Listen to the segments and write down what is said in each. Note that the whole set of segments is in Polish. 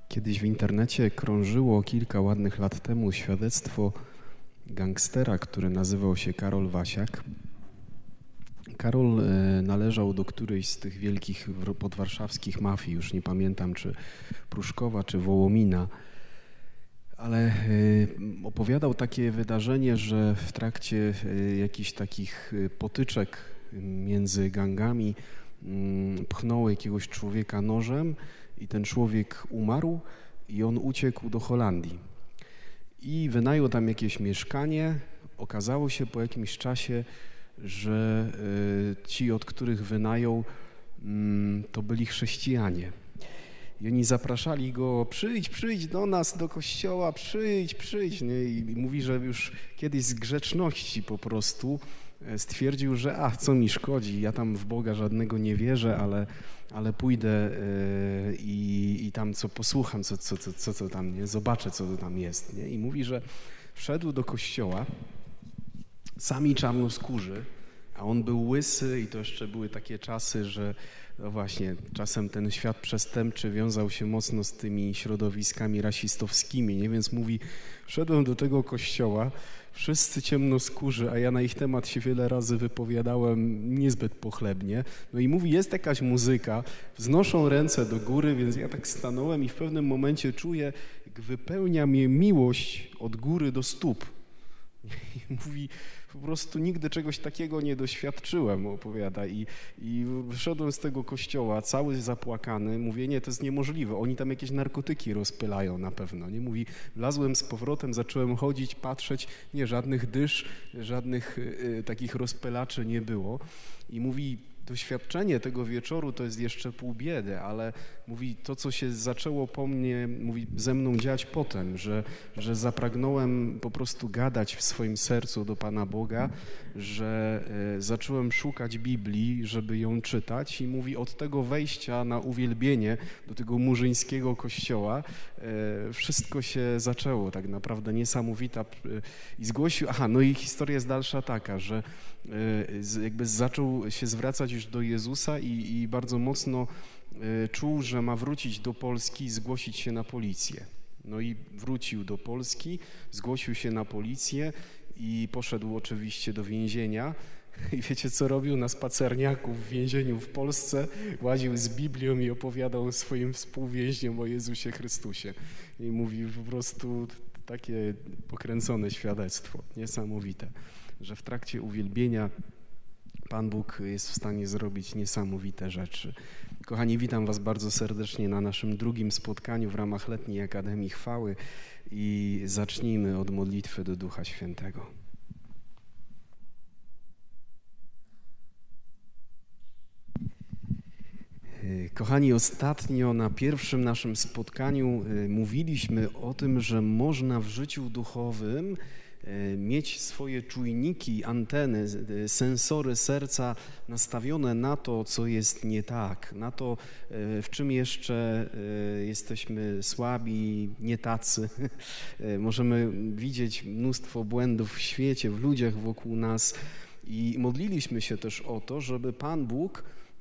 Kiedyś w internecie krążyło kilka ładnych lat temu świadectwo gangstera, który nazywał się Karol Wasiak. Karol należał do którejś z tych wielkich podwarszawskich mafii, już nie pamiętam czy Pruszkowa, czy Wołomina, ale opowiadał takie wydarzenie, że w trakcie jakichś takich potyczek między gangami pchnął jakiegoś człowieka nożem i ten człowiek umarł i on uciekł do Holandii. I wynajął tam jakieś mieszkanie. Okazało się po jakimś czasie, że ci, od których wynajął, to byli chrześcijanie. I oni zapraszali go, przyjdź do nas, do kościoła, przyjdź. Nie? I mówi, że już kiedyś z grzeczności po prostu stwierdził, że co mi szkodzi, ja tam w Boga żadnego nie wierzę, ale pójdę i tam co posłucham, co tam, nie? Zobaczę, co to tam jest. Nie? I mówi, że wszedł do kościoła, sami czarnoskórzy, a on był łysy i to jeszcze były takie czasy, że no właśnie, czasem ten świat przestępczy wiązał się mocno z tymi środowiskami rasistowskimi, nie? Więc mówi, wszedłem do tego kościoła, wszyscy ciemnoskórzy, a ja na ich temat się wiele razy wypowiadałem niezbyt pochlebnie. No i mówi, jest jakaś muzyka, wznoszą ręce do góry, więc ja tak stanąłem i w pewnym momencie czuję, jak wypełnia mnie miłość od góry do stóp. I mówi, po prostu nigdy czegoś takiego nie doświadczyłem, opowiada. I wyszedłem z tego kościoła cały zapłakany. Mówię, nie, to jest niemożliwe. Oni tam jakieś narkotyki rozpylają na pewno. Nie? Mówi, wlazłem z powrotem, zacząłem chodzić, patrzeć. Nie, żadnych dysz, żadnych takich rozpylaczy nie było. I mówi, doświadczenie tego wieczoru to jest jeszcze pół biedy, ale mówi, to co się zaczęło po mnie, mówi, ze mną dziać potem, że zapragnąłem po prostu gadać w swoim sercu do Pana Boga, że zacząłem szukać Biblii, żeby ją czytać i mówi, od tego wejścia na uwielbienie do tego murzyńskiego kościoła wszystko się zaczęło, tak naprawdę niesamowita. I zgłosił, no i historia jest dalsza taka, że jakby zaczął się zwracać już do Jezusa i bardzo mocno czuł, że ma wrócić do Polski i zgłosić się na policję. No i wrócił do Polski, zgłosił się na policję i poszedł oczywiście do więzienia. I wiecie, co robił? Na spacerniaku w więzieniu w Polsce łaził z Biblią i opowiadał swoim współwięźniom o Jezusie Chrystusie. I mówi po prostu takie pokręcone świadectwo, niesamowite, że w trakcie uwielbienia Pan Bóg jest w stanie zrobić niesamowite rzeczy. Kochani, witam Was bardzo serdecznie na naszym drugim spotkaniu w ramach Letniej Akademii Chwały i zacznijmy od modlitwy do Ducha Świętego. Kochani, ostatnio na pierwszym naszym spotkaniu mówiliśmy o tym, że można w życiu duchowym mieć swoje czujniki, anteny, sensory serca nastawione na to, co jest nie tak, na to, w czym jeszcze jesteśmy słabi, nie tacy. Możemy widzieć mnóstwo błędów w świecie, w ludziach wokół nas i modliliśmy się też o to, żeby Pan Bóg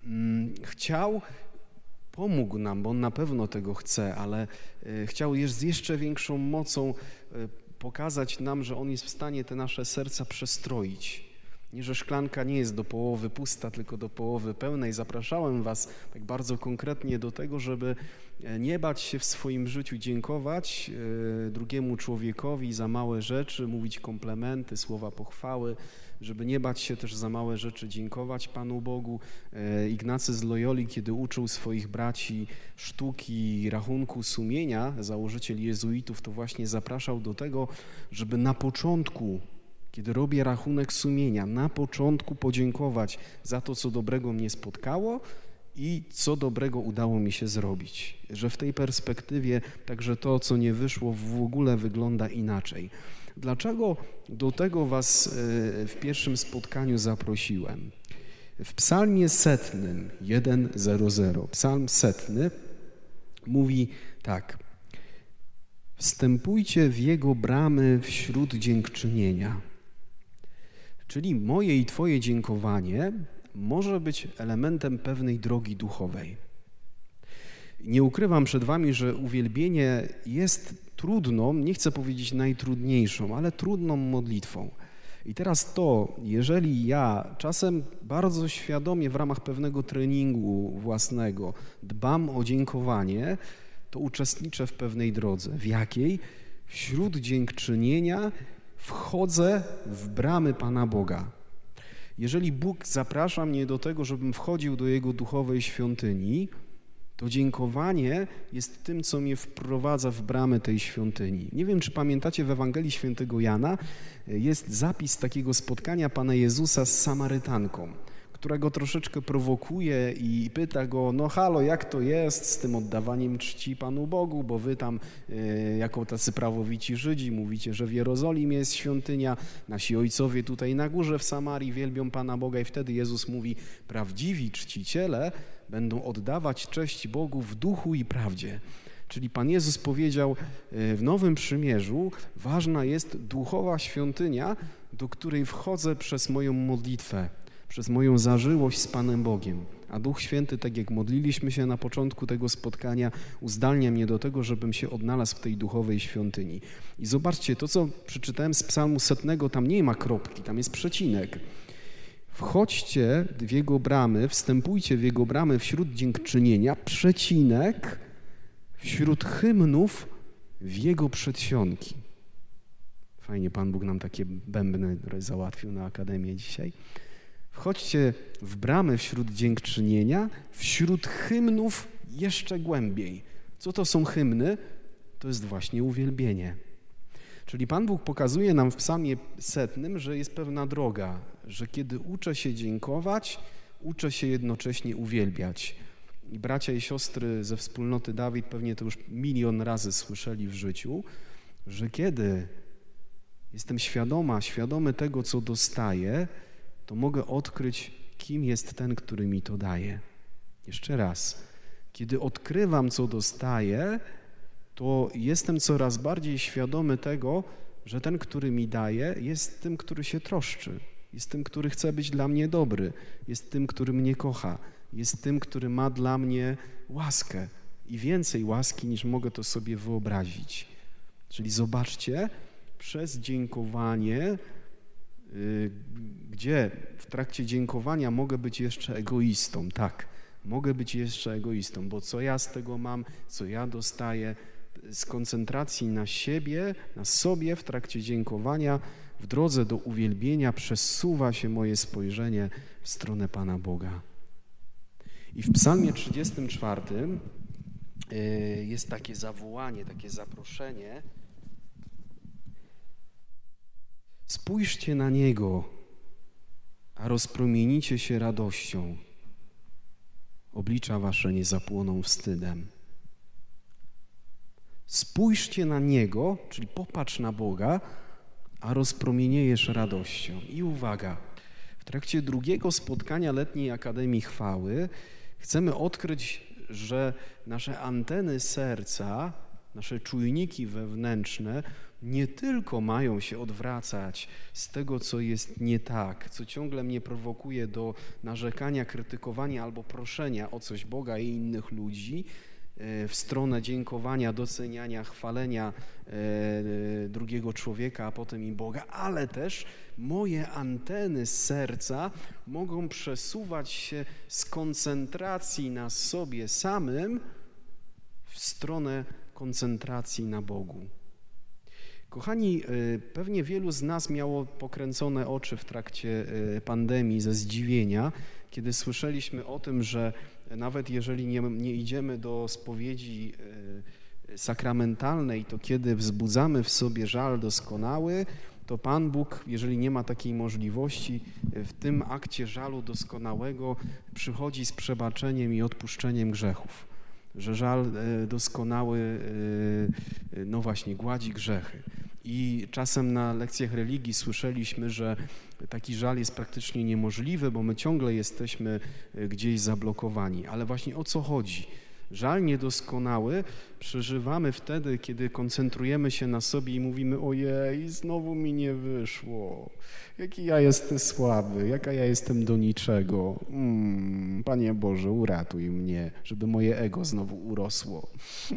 pomógł nam, bo On na pewno tego chce, ale chciał z jeszcze większą mocą pokazać nam, że On jest w stanie te nasze serca przestroić. Nie, że szklanka nie jest do połowy pusta, tylko do połowy pełna. I zapraszałem Was tak bardzo konkretnie do tego, żeby nie bać się w swoim życiu dziękować drugiemu człowiekowi za małe rzeczy, mówić komplementy, słowa pochwały, żeby nie bać się też za małe rzeczy dziękować Panu Bogu. Ignacy z Loyoli, kiedy uczył swoich braci sztuki rachunku sumienia, założyciel jezuitów, to właśnie zapraszał do tego, żeby na początku, kiedy robię rachunek sumienia, na początku podziękować za to, co dobrego mnie spotkało i co dobrego udało mi się zrobić. Że w tej perspektywie także to, co nie wyszło, w ogóle wygląda inaczej. Dlaczego do tego Was w pierwszym spotkaniu zaprosiłem? W psalmie 100, 100, psalm 100 mówi tak: wstępujcie w Jego bramy wśród dziękczynienia. Czyli moje i Twoje dziękowanie może być elementem pewnej drogi duchowej. Nie ukrywam przed wami, że uwielbienie jest trudną, nie chcę powiedzieć najtrudniejszą, ale trudną modlitwą. I teraz jeżeli ja czasem bardzo świadomie w ramach pewnego treningu własnego dbam o dziękowanie, to uczestniczę w pewnej drodze. W jakiej? Wśród dziękczynienia wchodzę w bramy Pana Boga. Jeżeli Bóg zaprasza mnie do tego, żebym wchodził do Jego duchowej świątyni, to dziękowanie jest tym, co mnie wprowadza w bramy tej świątyni. Nie wiem, czy pamiętacie, w Ewangelii Świętego Jana jest zapis takiego spotkania Pana Jezusa z Samarytanką, która go troszeczkę prowokuje i pyta go, no halo, jak to jest z tym oddawaniem czci Panu Bogu, bo wy tam jako tacy prawowici Żydzi mówicie, że w Jerozolimie jest świątynia, nasi ojcowie tutaj na górze w Samarii wielbią Pana Boga i wtedy Jezus mówi, prawdziwi czciciele będą oddawać cześć Bogu w duchu i prawdzie. Czyli Pan Jezus powiedział, w Nowym Przymierzu ważna jest duchowa świątynia, do której wchodzę przez moją modlitwę, przez moją zażyłość z Panem Bogiem. A Duch Święty, tak jak modliliśmy się na początku tego spotkania, uzdalnia mnie do tego, żebym się odnalazł w tej duchowej świątyni. I zobaczcie, to co przeczytałem z Psalmu 100, tam nie ma kropki, tam jest przecinek. Wchodźcie w Jego bramy, wstępujcie w Jego bramy wśród dziękczynienia, przecinek, wśród hymnów w Jego przedsionki. Fajnie Pan Bóg nam takie bębny załatwił na Akademię dzisiaj. Wchodźcie w bramy wśród dziękczynienia, wśród hymnów jeszcze głębiej. Co to są hymny? To jest właśnie uwielbienie. Czyli Pan Bóg pokazuje nam w Psalmie 100, że jest pewna droga, że kiedy uczę się dziękować, uczę się jednocześnie uwielbiać. I bracia i siostry ze wspólnoty Dawid pewnie to już milion razy słyszeli w życiu, że kiedy jestem świadomy tego, co dostaję, to mogę odkryć, kim jest ten, który mi to daje. Jeszcze raz. Kiedy odkrywam, co dostaję, to jestem coraz bardziej świadomy tego, że ten, który mi daje, jest tym, który się troszczy. Jest tym, który chce być dla mnie dobry. Jest tym, który mnie kocha. Jest tym, który ma dla mnie łaskę. I więcej łaski, niż mogę to sobie wyobrazić. Czyli zobaczcie, przez dziękowanie, gdzie w trakcie dziękowania mogę być jeszcze egoistą. Tak, mogę być jeszcze egoistą, bo co ja z tego mam, co ja dostaję, z koncentracji na siebie, na sobie w trakcie dziękowania, w drodze do uwielbienia przesuwa się moje spojrzenie w stronę Pana Boga. I w Psalmie 34 jest takie zawołanie, takie zaproszenie. Spójrzcie na Niego, a rozpromienicie się radością. Oblicza wasze nie zapłoną wstydem. Spójrzcie na Niego, czyli popatrz na Boga, a rozpromieniejesz radością. I uwaga, w trakcie drugiego spotkania Letniej Akademii Chwały chcemy odkryć, że nasze anteny serca, nasze czujniki wewnętrzne nie tylko mają się odwracać z tego, co jest nie tak, co ciągle mnie prowokuje do narzekania, krytykowania albo proszenia o coś Boga i innych ludzi, w stronę dziękowania, doceniania, chwalenia drugiego człowieka, a potem i Boga, ale też moje anteny z serca mogą przesuwać się z koncentracji na sobie samym w stronę koncentracji na Bogu. Kochani, pewnie wielu z nas miało pokręcone oczy w trakcie pandemii ze zdziwienia, kiedy słyszeliśmy o tym, że nawet jeżeli nie idziemy do spowiedzi sakramentalnej, to kiedy wzbudzamy w sobie żal doskonały, to Pan Bóg, jeżeli nie ma takiej możliwości, w tym akcie żalu doskonałego przychodzi z przebaczeniem i odpuszczeniem grzechów. Że żal doskonały, no właśnie, gładzi grzechy. I czasem na lekcjach religii słyszeliśmy, że taki żal jest praktycznie niemożliwy, bo my ciągle jesteśmy gdzieś zablokowani. Ale właśnie o co chodzi? Żal niedoskonały przeżywamy wtedy, kiedy koncentrujemy się na sobie i mówimy: ojej, znowu mi nie wyszło, jaki ja jestem słaby, jaka ja jestem do niczego. Panie Boże, uratuj mnie, żeby moje ego znowu urosło.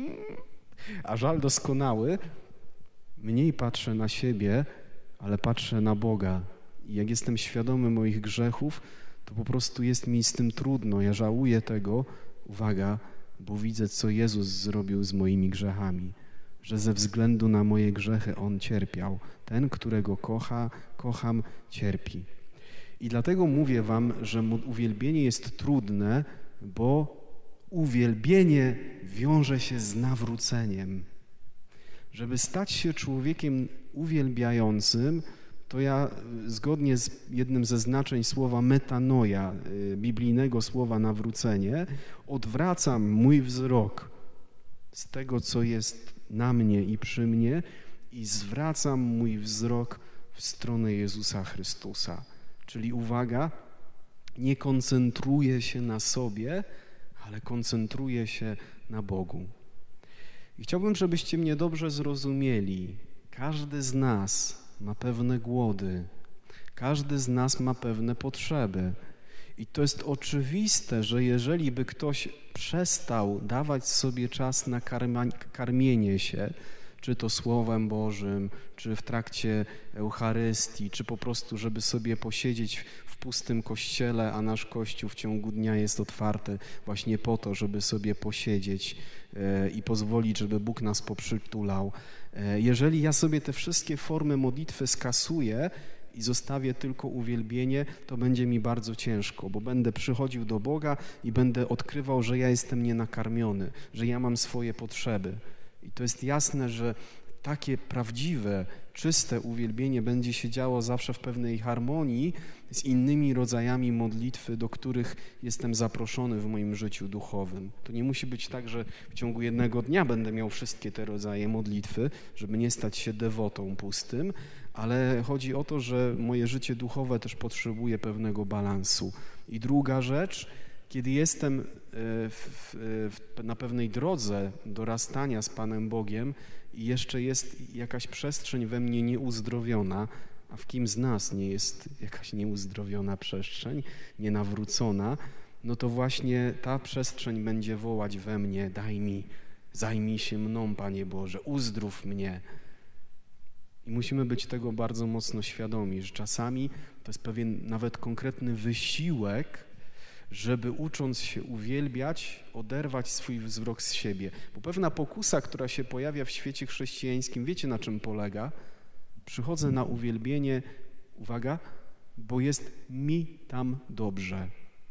A żal doskonały, mniej patrzę na siebie, ale patrzę na Boga. I jak jestem świadomy moich grzechów, to po prostu jest mi z tym trudno. Ja żałuję tego, uwaga, bo widzę, co Jezus zrobił z moimi grzechami. Że ze względu na moje grzechy On cierpiał. Ten, którego kocham, cierpi. I dlatego mówię wam, że uwielbienie jest trudne, bo uwielbienie wiąże się z nawróceniem. Żeby stać się człowiekiem uwielbiającym, to ja zgodnie z jednym ze znaczeń słowa metanoia, biblijnego słowa nawrócenie, odwracam mój wzrok z tego, co jest na mnie i przy mnie i zwracam mój wzrok w stronę Jezusa Chrystusa. Czyli uwaga, nie koncentruję się na sobie, ale koncentruję się na Bogu. I chciałbym, żebyście mnie dobrze zrozumieli. Każdy z nas ma pewne głody. Każdy z nas ma pewne potrzeby. I to jest oczywiste, że jeżeli by ktoś przestał dawać sobie czas na karmienie się, czy to Słowem Bożym, czy w trakcie Eucharystii, czy po prostu, żeby sobie posiedzieć w pustym kościele, a nasz kościół w ciągu dnia jest otwarty właśnie po to, żeby sobie posiedzieć i pozwolić, żeby Bóg nas poprzytulał. Jeżeli ja sobie te wszystkie formy modlitwy skasuję i zostawię tylko uwielbienie, to będzie mi bardzo ciężko, bo będę przychodził do Boga i będę odkrywał, że ja jestem nienakarmiony, że ja mam swoje potrzeby. I to jest jasne, że takie prawdziwe, czyste uwielbienie będzie się działo zawsze w pewnej harmonii z innymi rodzajami modlitwy, do których jestem zaproszony w moim życiu duchowym. To nie musi być tak, że w ciągu jednego dnia będę miał wszystkie te rodzaje modlitwy, żeby nie stać się dewotą pustym, ale chodzi o to, że moje życie duchowe też potrzebuje pewnego balansu. I druga rzecz, kiedy jestem na pewnej drodze dorastania z Panem Bogiem i jeszcze jest jakaś przestrzeń we mnie nieuzdrowiona, a w kim z nas nie jest jakaś nieuzdrowiona przestrzeń, nienawrócona, no to właśnie ta przestrzeń będzie wołać we mnie: daj mi, zajmij się mną, Panie Boże, uzdrów mnie. I musimy być tego bardzo mocno świadomi, że czasami to jest pewien nawet konkretny wysiłek, żeby ucząc się uwielbiać, oderwać swój wzrok z siebie. Bo pewna pokusa, która się pojawia w świecie chrześcijańskim, wiecie na czym polega? Przychodzę na uwielbienie, uwaga, bo jest mi tam dobrze.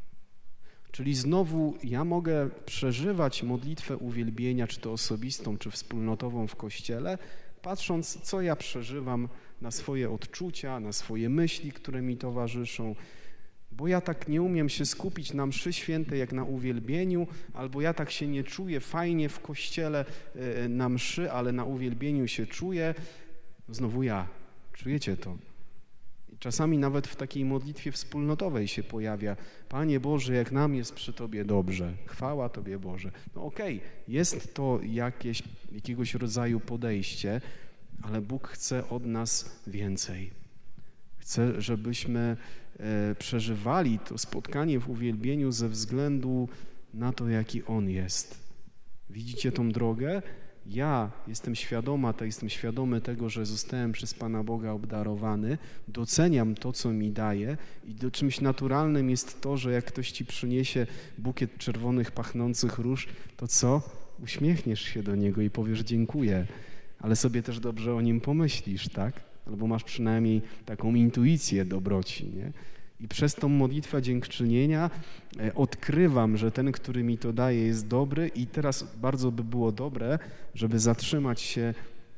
Czyli znowu ja mogę przeżywać modlitwę uwielbienia, czy to osobistą, czy wspólnotową w Kościele, patrząc, co ja przeżywam, na swoje odczucia, na swoje myśli, które mi towarzyszą. Bo ja tak nie umiem się skupić na mszy świętej jak na uwielbieniu, albo ja tak się nie czuję fajnie w kościele na mszy, ale na uwielbieniu się czuję. Znowu ja. Czujecie to? I czasami nawet w takiej modlitwie wspólnotowej się pojawia: Panie Boże, jak nam jest przy Tobie dobrze. Chwała Tobie, Boże. No okej, jest to jakiegoś rodzaju podejście, ale Bóg chce od nas więcej. Chce, żebyśmy przeżywali to spotkanie w uwielbieniu ze względu na to, jaki On jest. Widzicie tą drogę? Ja jestem świadomy tego, że zostałem przez Pana Boga obdarowany, doceniam to, co mi daje i czymś naturalnym jest to, że jak ktoś ci przyniesie bukiet czerwonych, pachnących róż, to co? Uśmiechniesz się do niego i powiesz dziękuję, ale sobie też dobrze o nim pomyślisz, tak? Albo masz przynajmniej taką intuicję dobroci, nie? I przez tą modlitwę dziękczynienia odkrywam, że ten, który mi to daje, jest dobry i teraz bardzo by było dobre, żeby zatrzymać się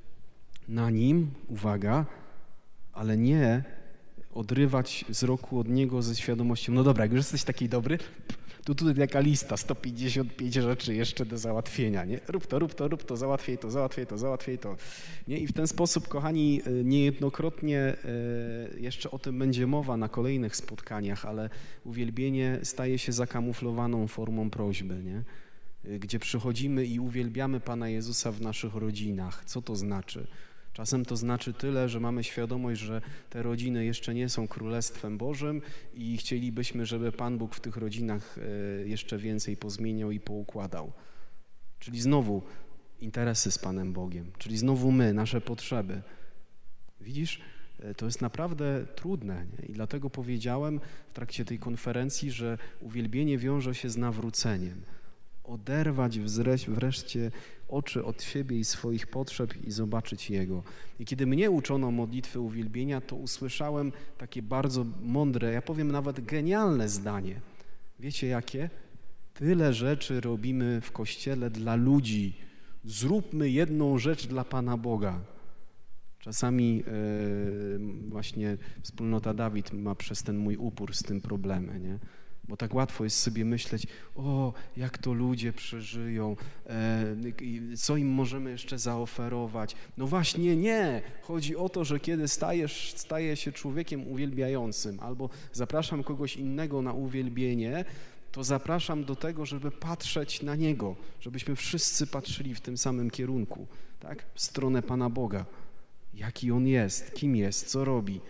na nim, uwaga, ale nie odrywać wzroku od niego ze świadomością: no dobra, jak już jesteś taki dobry, to tutaj taka lista, 155 rzeczy jeszcze do załatwienia, nie? Rób to, załatwiaj to. Nie? I w ten sposób, kochani, niejednokrotnie jeszcze o tym będzie mowa na kolejnych spotkaniach, ale uwielbienie staje się zakamuflowaną formą prośby, nie? gdzie przychodzimy i uwielbiamy Pana Jezusa w naszych rodzinach. Co to znaczy? Czasem to znaczy tyle, że mamy świadomość, że te rodziny jeszcze nie są Królestwem Bożym i chcielibyśmy, żeby Pan Bóg w tych rodzinach jeszcze więcej pozmieniał i poukładał. Czyli znowu interesy z Panem Bogiem, czyli znowu my, nasze potrzeby. Widzisz, to jest naprawdę trudne, nie? I dlatego powiedziałem w trakcie tej konferencji, że uwielbienie wiąże się z nawróceniem. Oderwać wreszcie oczy od siebie i swoich potrzeb i zobaczyć Jego. I kiedy mnie uczono modlitwy uwielbienia, to usłyszałem takie bardzo mądre, ja powiem nawet genialne zdanie. Wiecie jakie? Tyle rzeczy robimy w Kościele dla ludzi. Zróbmy jedną rzecz dla Pana Boga. Czasami właśnie wspólnota Dawid ma przez ten mój upór z tym problemy, nie? Bo tak łatwo jest sobie myśleć, o, jak to ludzie przeżyją, co im możemy jeszcze zaoferować. No właśnie nie. Chodzi o to, że kiedy staję się człowiekiem uwielbiającym albo zapraszam kogoś innego na uwielbienie, to zapraszam do tego, żeby patrzeć na Niego, żebyśmy wszyscy patrzyli w tym samym kierunku, tak? W stronę Pana Boga. Jaki On jest, kim jest, co robi,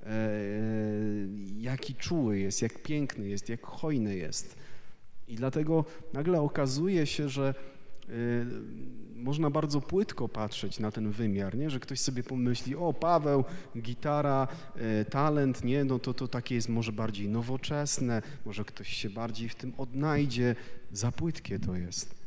jaki czuły jest, jak piękny jest, jak hojny jest. I dlatego nagle okazuje się, że można bardzo płytko patrzeć na ten wymiar, nie? Że ktoś sobie pomyśli, o Paweł, gitara, talent, nie? No to takie jest może bardziej nowoczesne, może ktoś się bardziej w tym odnajdzie. Za płytkie to jest.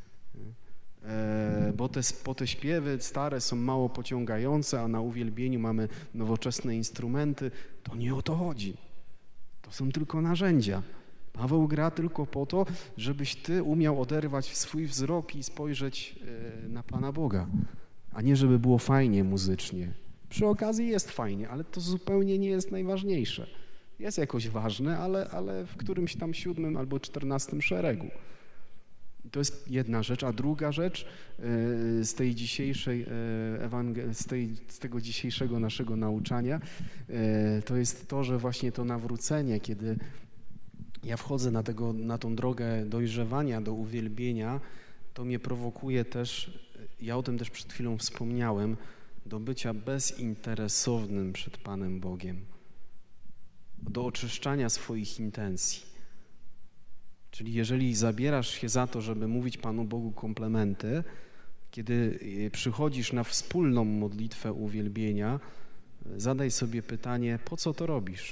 Bo te śpiewy stare są mało pociągające, a na uwielbieniu mamy nowoczesne instrumenty. To nie o to chodzi. To są tylko narzędzia. Paweł gra tylko po to, żebyś ty umiał oderwać swój wzrok i spojrzeć na Pana Boga, a nie żeby było fajnie muzycznie. Przy okazji jest fajnie, ale to zupełnie nie jest najważniejsze. Jest jakoś ważne, ale w którymś tam 7. albo 14. szeregu. To jest jedna rzecz, a druga rzecz z tej dzisiejszej z tego dzisiejszego naszego nauczania to jest to, że właśnie to nawrócenie, kiedy ja wchodzę na tą drogę dojrzewania do uwielbienia, to mnie prowokuje też, ja o tym też przed chwilą wspomniałem, do bycia bezinteresownym przed Panem Bogiem, do oczyszczania swoich intencji. Czyli jeżeli zabierasz się za to, żeby mówić Panu Bogu komplementy, kiedy przychodzisz na wspólną modlitwę uwielbienia, zadaj sobie pytanie, po co to robisz?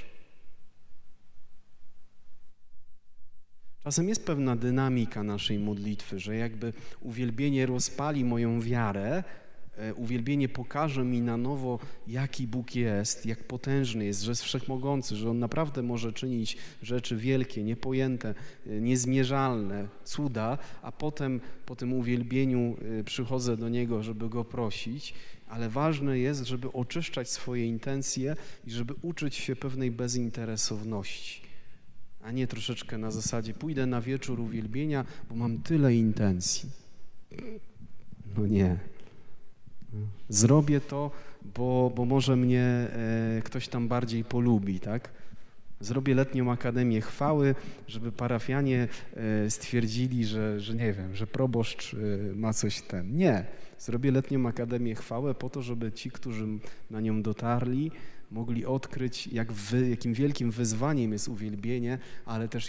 Czasem jest pewna dynamika naszej modlitwy, że jakby uwielbienie rozpali moją wiarę, uwielbienie pokaże mi na nowo, jaki Bóg jest, jak potężny jest, że jest wszechmogący, że On naprawdę może czynić rzeczy wielkie, niepojęte, niezmierzalne, cuda, a potem po tym uwielbieniu przychodzę do Niego, żeby Go prosić, ale ważne jest, żeby oczyszczać swoje intencje i żeby uczyć się pewnej bezinteresowności, a nie troszeczkę na zasadzie pójdę na wieczór uwielbienia, bo mam tyle intencji. No nie. Zrobię to, bo może mnie ktoś tam bardziej polubi, tak? Zrobię letnią Akademię Chwały, żeby parafianie stwierdzili, że nie wiem, że proboszcz ma coś ten. Nie. Zrobię letnią Akademię Chwały po to, żeby ci, którzy na nią dotarli, mogli odkryć, jakim wielkim wyzwaniem jest uwielbienie, ale też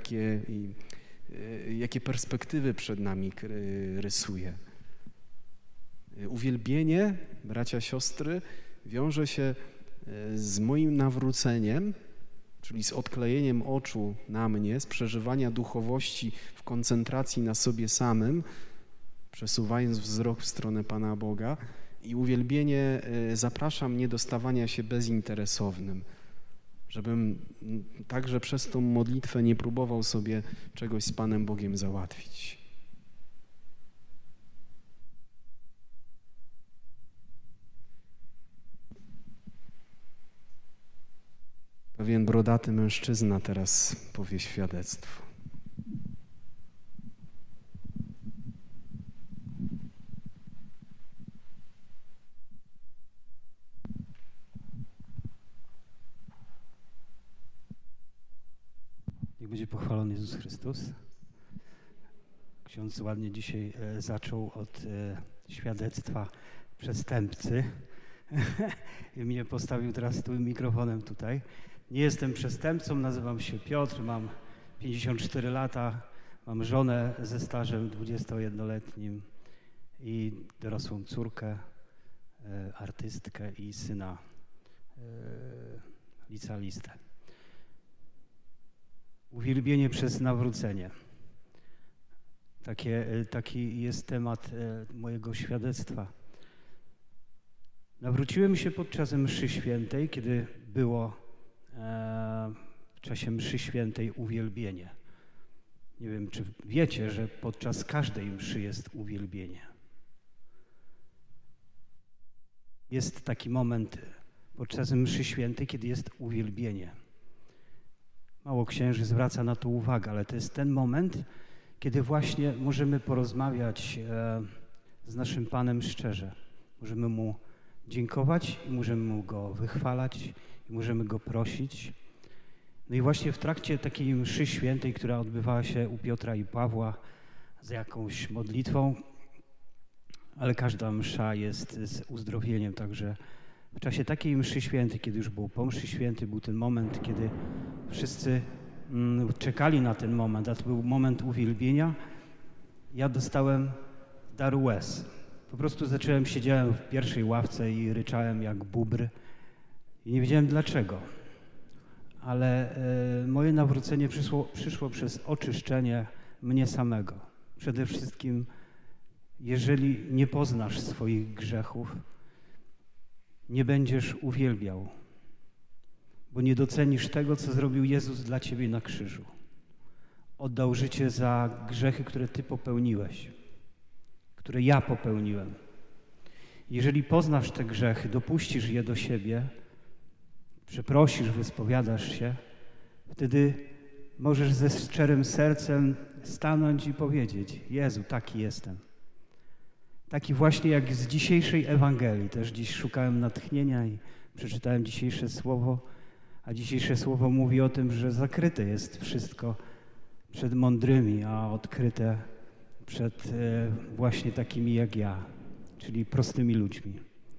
jakie perspektywy przed nami rysuje. Uwielbienie, bracia, siostry, wiąże się z moim nawróceniem, czyli z odklejeniem oczu na mnie, z przeżywania duchowości w koncentracji na sobie samym, przesuwając wzrok w stronę Pana Boga. I uwielbienie zaprasza mnie do stawania się bezinteresownym, żebym także przez tą modlitwę nie próbował sobie czegoś z Panem Bogiem załatwić. Pewien brodaty mężczyzna teraz powie świadectwo. Niech będzie pochwalony Jezus Chrystus. Ksiądz ładnie dzisiaj zaczął od świadectwa przestępcy i mnie postawił teraz tym mikrofonem tutaj. Nie jestem przestępcą, nazywam się Piotr, mam 54 lata, mam żonę ze stażem 21-letnim i dorosłą córkę, artystkę i syna licealistę. Uwielbienie przez nawrócenie. Taki jest temat mojego świadectwa. Nawróciłem się podczas mszy świętej, kiedy było w czasie mszy świętej uwielbienie. Nie wiem, czy wiecie, że podczas każdej mszy jest uwielbienie. Jest taki moment podczas mszy świętej, kiedy jest uwielbienie. Mało księży zwraca na to uwagę, ale to jest ten moment, kiedy właśnie możemy porozmawiać z naszym Panem szczerze. Możemy Mu dziękować i możemy Mu Go wychwalać i możemy Go prosić. No i właśnie w trakcie takiej mszy świętej, która odbywała się u Piotra i Pawła z jakąś modlitwą, ale każda msza jest z uzdrowieniem, także w czasie takiej mszy świętej, kiedy już było po mszy świętej, był ten moment, kiedy wszyscy czekali na ten moment, a to był moment uwielbienia. Ja dostałem dar łez. Po prostu siedziałem w pierwszej ławce i ryczałem jak bóbr i nie wiedziałem dlaczego. Ale moje nawrócenie przyszło przez oczyszczenie mnie samego. Przede wszystkim, jeżeli nie poznasz swoich grzechów, nie będziesz uwielbiał, bo nie docenisz tego, co zrobił Jezus dla ciebie na krzyżu. Oddał życie za grzechy, które ty popełniłeś, które ja popełniłem. Jeżeli poznasz te grzechy, dopuścisz je do siebie, przeprosisz, wyspowiadasz się, wtedy możesz ze szczerym sercem stanąć i powiedzieć: Jezu, taki jestem. Taki właśnie jak z dzisiejszej Ewangelii. Też dziś szukałem natchnienia i przeczytałem dzisiejsze słowo, a dzisiejsze słowo mówi o tym, że zakryte jest wszystko przed mądrymi, a odkryte przed właśnie takimi jak ja, czyli prostymi ludźmi.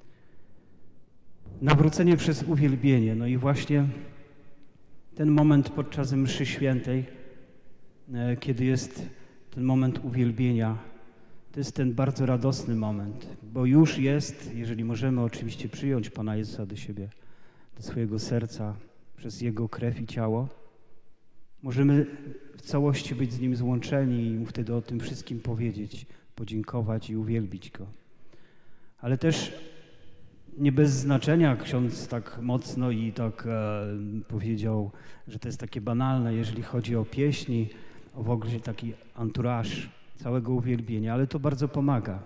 Nawrócenie przez uwielbienie. No i właśnie ten moment podczas mszy świętej, kiedy jest ten moment uwielbienia, to jest ten bardzo radosny moment, bo już jest, jeżeli możemy oczywiście przyjąć Pana Jezusa do siebie, do swojego serca, przez Jego krew i ciało, możemy w całości być z Nim złączeni i Mu wtedy o tym wszystkim powiedzieć, podziękować i uwielbić Go. Ale też nie bez znaczenia ksiądz tak mocno i tak powiedział, że to jest takie banalne, jeżeli chodzi o pieśni, o w ogóle taki entourage całego uwielbienia, ale to bardzo pomaga.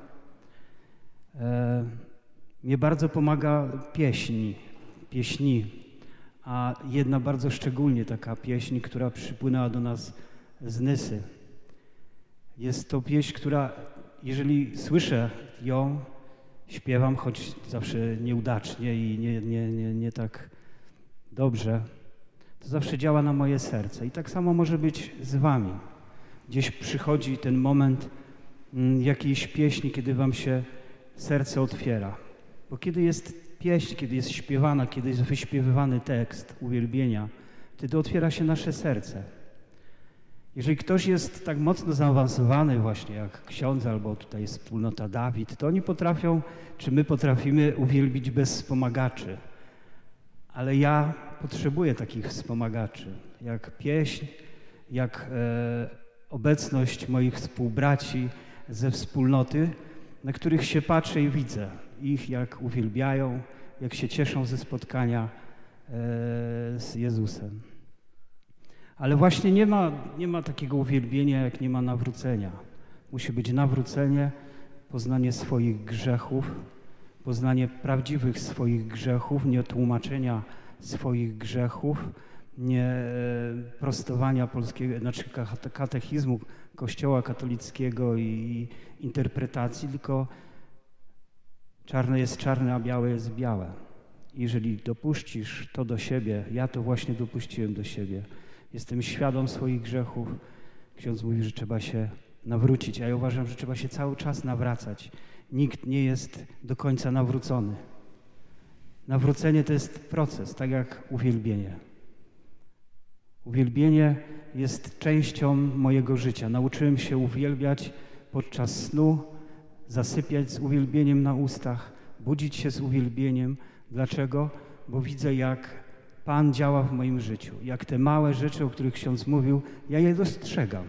Mnie bardzo pomaga pieśni, a jedna bardzo szczególnie taka pieśń, która przypłynęła do nas z Nysy. Jest to pieśń, która, jeżeli słyszę ją, śpiewam, choć zawsze nieudacznie i nie tak dobrze, to zawsze działa na moje serce. I tak samo może być z wami. Gdzieś przychodzi ten moment jakiejś pieśni, kiedy wam się serce otwiera. Bo kiedy jest pieśń, kiedy jest śpiewana, kiedy jest wyśpiewywany tekst uwielbienia, wtedy otwiera się nasze serce. Jeżeli ktoś jest tak mocno zaawansowany właśnie jak ksiądz albo tutaj jest wspólnota Dawid, to oni potrafią, czy my potrafimy uwielbić bez wspomagaczy. Ale ja potrzebuję takich wspomagaczy, jak pieśń, jak obecność moich współbraci ze wspólnoty, na których się patrzę i widzę ich, jak uwielbiają, jak się cieszą ze spotkania z Jezusem. Ale właśnie nie ma takiego uwielbienia, jak nie ma nawrócenia. Musi być nawrócenie, poznanie swoich grzechów, poznanie prawdziwych swoich grzechów, nie tłumaczenia swoich grzechów, nie prostowania polskiego, znaczy katechizmu Kościoła katolickiego i interpretacji, tylko czarne jest czarne, a białe jest białe. Jeżeli dopuścisz to do siebie, ja to właśnie dopuściłem do siebie, jestem świadom swoich grzechów, ksiądz mówi, że trzeba się nawrócić. A ja uważam, że trzeba się cały czas nawracać. Nikt nie jest do końca nawrócony. Nawrócenie to jest proces, tak jak uwielbienie. Uwielbienie jest częścią mojego życia. Nauczyłem się uwielbiać podczas snu, zasypiać z uwielbieniem na ustach, budzić się z uwielbieniem. Dlaczego? Bo widzę, jak Pan działa w moim życiu. Jak te małe rzeczy, o których ksiądz mówił, ja je dostrzegam.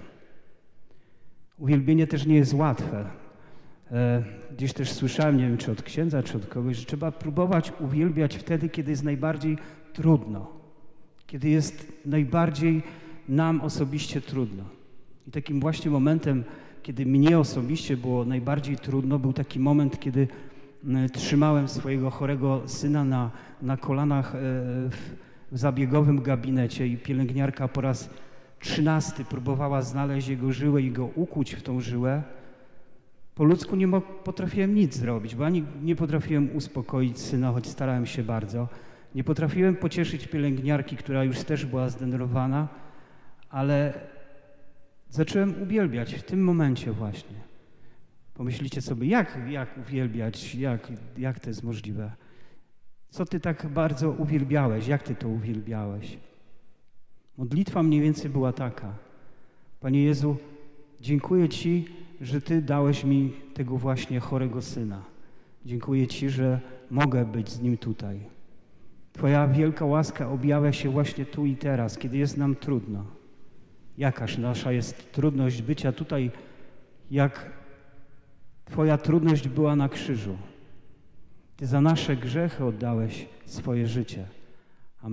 Uwielbienie też nie jest łatwe. Gdzieś też słyszałem, nie wiem czy od księdza, czy od kogoś, że trzeba próbować uwielbiać wtedy, kiedy jest najbardziej trudno. Kiedy jest najbardziej nam osobiście trudno. I takim właśnie momentem, kiedy mnie osobiście było najbardziej trudno, był taki moment, kiedy trzymałem swojego chorego syna na kolanach w zabiegowym gabinecie i pielęgniarka po raz 13 próbowała znaleźć jego żyłę i go ukuć w tą żyłę. Po ludzku nie potrafiłem nic zrobić, bo ani nie potrafiłem uspokoić syna, choć starałem się bardzo. Nie potrafiłem pocieszyć pielęgniarki, która już też była zdenerwowana, ale zacząłem uwielbiać w tym momencie właśnie. Pomyślicie sobie, jak uwielbiać, jak to jest możliwe? Co ty tak bardzo uwielbiałeś? Jak ty to uwielbiałeś? Modlitwa mniej więcej była taka. Panie Jezu, dziękuję Ci, że Ty dałeś mi tego właśnie chorego syna. Dziękuję Ci, że mogę być z nim tutaj. Twoja wielka łaska objawia się właśnie tu i teraz, kiedy jest nam trudno. Jakaż nasza jest trudność bycia tutaj, jak Twoja trudność była na krzyżu. Ty za nasze grzechy oddałeś swoje życie, a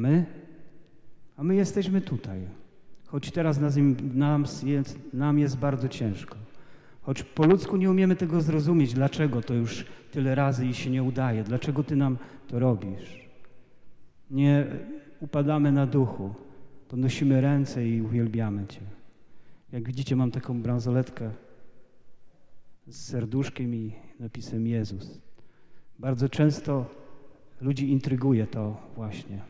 my jesteśmy tutaj. Choć teraz nam jest bardzo ciężko. Choć po ludzku nie umiemy tego zrozumieć, dlaczego to już tyle razy i się nie udaje, dlaczego Ty nam to robisz. Nie upadamy na duchu, podnosimy ręce i uwielbiamy Cię. Jak widzicie, mam taką bransoletkę z serduszkiem i napisem Jezus. Bardzo często ludzi intryguje to właśnie.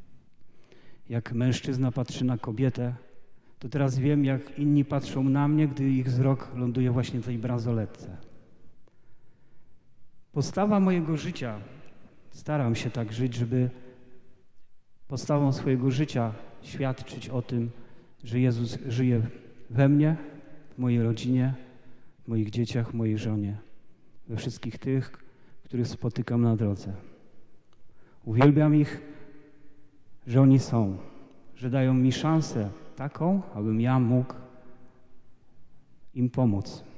Jak mężczyzna patrzy na kobietę, to teraz wiem, jak inni patrzą na mnie, gdy ich wzrok ląduje właśnie w tej bransoletce. Postawa mojego życia, staram się tak żyć, żeby postawą swojego życia świadczyć o tym, że Jezus żyje we mnie, w mojej rodzinie, w moich dzieciach, w mojej żonie, we wszystkich tych, których spotykam na drodze. Uwielbiam ich, że oni są, że dają mi szansę taką, abym ja mógł im pomóc.